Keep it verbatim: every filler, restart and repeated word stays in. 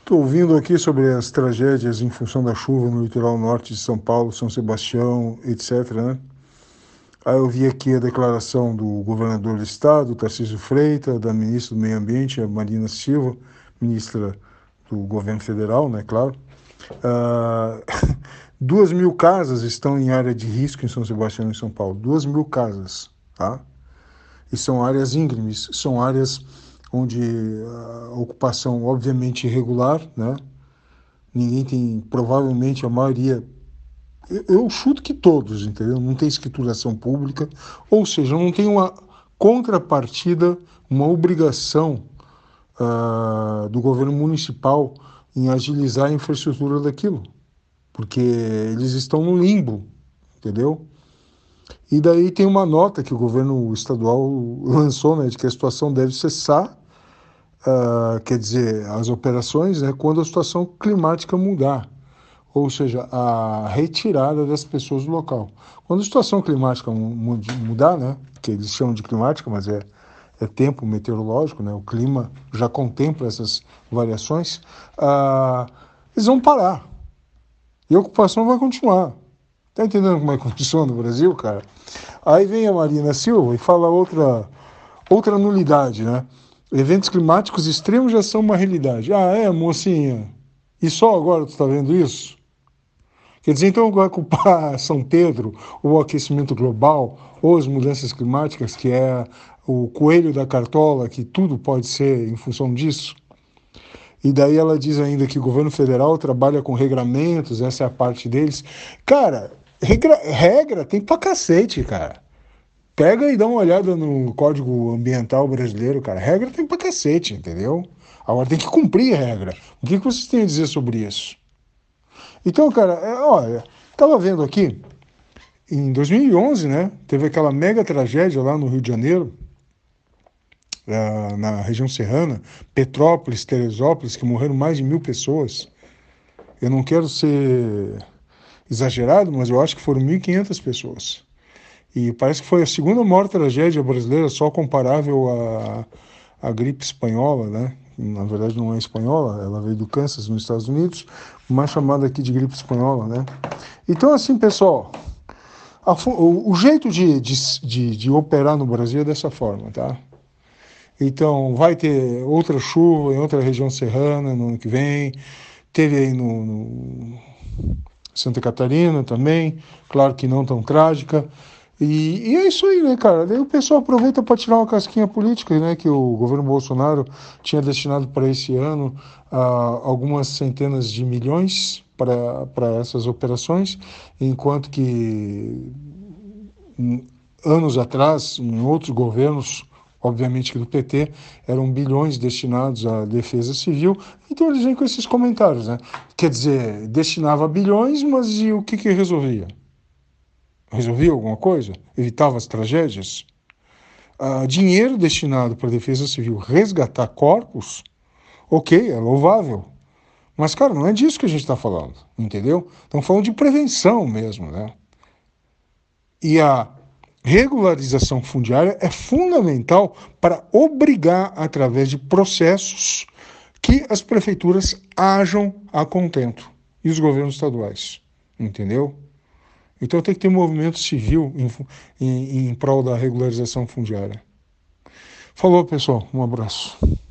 Estou ouvindo aqui sobre as tragédias em função da chuva no litoral norte de São Paulo, São Sebastião, etcétera, né? Aí eu vi aqui a declaração do governador do estado, Tarcísio Freitas, da ministra do Meio Ambiente, a Marina Silva, ministra do governo federal, né, claro. Ah, duas mil casas estão em área de risco em São Sebastião e São Paulo. Duas mil casas, tá? E são áreas íngremes, são áreas onde a ocupação, obviamente, irregular, né? Ninguém tem, provavelmente a maioria, eu, eu chuto que todos, entendeu? Não tem escrituração pública, ou seja, não tem uma contrapartida, uma obrigação uh, do governo municipal em agilizar a infraestrutura daquilo, porque eles estão no limbo, entendeu? E daí tem uma nota que o governo estadual lançou, né, de que a situação deve cessar, uh, quer dizer, as operações, né, quando a situação climática mudar, ou seja, a retirada das pessoas do local. Quando a situação climática mudar, né, que eles chamam de climática, mas é, é tempo meteorológico, né, o clima já contempla essas variações, uh, eles vão parar. E a ocupação vai continuar. Tá entendendo como é que funciona no Brasil, cara? Aí vem a Marina Silva e fala outra, outra nulidade, né? Eventos climáticos extremos já são uma realidade. Ah, é, mocinha? E só agora tu tá vendo isso? Quer dizer, então vai culpar São Pedro, ou o aquecimento global, ou as mudanças climáticas, que é o coelho da cartola, que tudo pode ser em função disso? E daí ela diz ainda que o governo federal trabalha com regramentos, essa é a parte deles. Cara, regra, regra tem pra cacete, cara. Pega e dá uma olhada no Código Ambiental Brasileiro, cara. Regra tem pra cacete, entendeu? Agora tem que cumprir a regra. O que, que vocês têm a dizer sobre isso? Então, cara, é, olha, tava vendo aqui, em dois mil e onze, né, teve aquela mega tragédia lá no Rio de Janeiro, uh, na região serrana, Petrópolis, Teresópolis, que morreram mais de mil pessoas. Eu não quero ser exagerado, mas eu acho que foram mil e quinhentas pessoas. E parece que foi a segunda maior tragédia brasileira, só comparável à, à gripe espanhola, né? Na verdade não é espanhola, ela veio do Kansas, nos Estados Unidos, mas chamada aqui de gripe espanhola, né? Então, assim, pessoal, a, o, o jeito de, de, de, de operar no Brasil é dessa forma, tá? Então, vai ter outra chuva em outra região serrana no ano que vem, teve aí no, no Santa Catarina também, claro que não tão trágica. E, e é isso aí, né, cara? Daí o pessoal aproveita para tirar uma casquinha política, né, que o governo Bolsonaro tinha destinado para esse ano uh, algumas centenas de milhões para essas operações, enquanto que um, anos atrás, em outros governos, obviamente que do P T, eram bilhões destinados à defesa civil. Então eles vêm com esses comentários, né? Quer dizer, destinava bilhões, mas e o que que resolvia? Resolvia alguma coisa? Evitava as tragédias? Ah, dinheiro destinado para a defesa civil resgatar corpos, ok, é louvável. Mas, cara, não é disso que a gente está falando, entendeu? Estamos falando de prevenção mesmo, né? E a regularização fundiária é fundamental para obrigar, através de processos, que as prefeituras ajam a contento e os governos estaduais, entendeu? Então tem que ter movimento civil em, em, em prol da regularização fundiária. Falou, pessoal. Um abraço.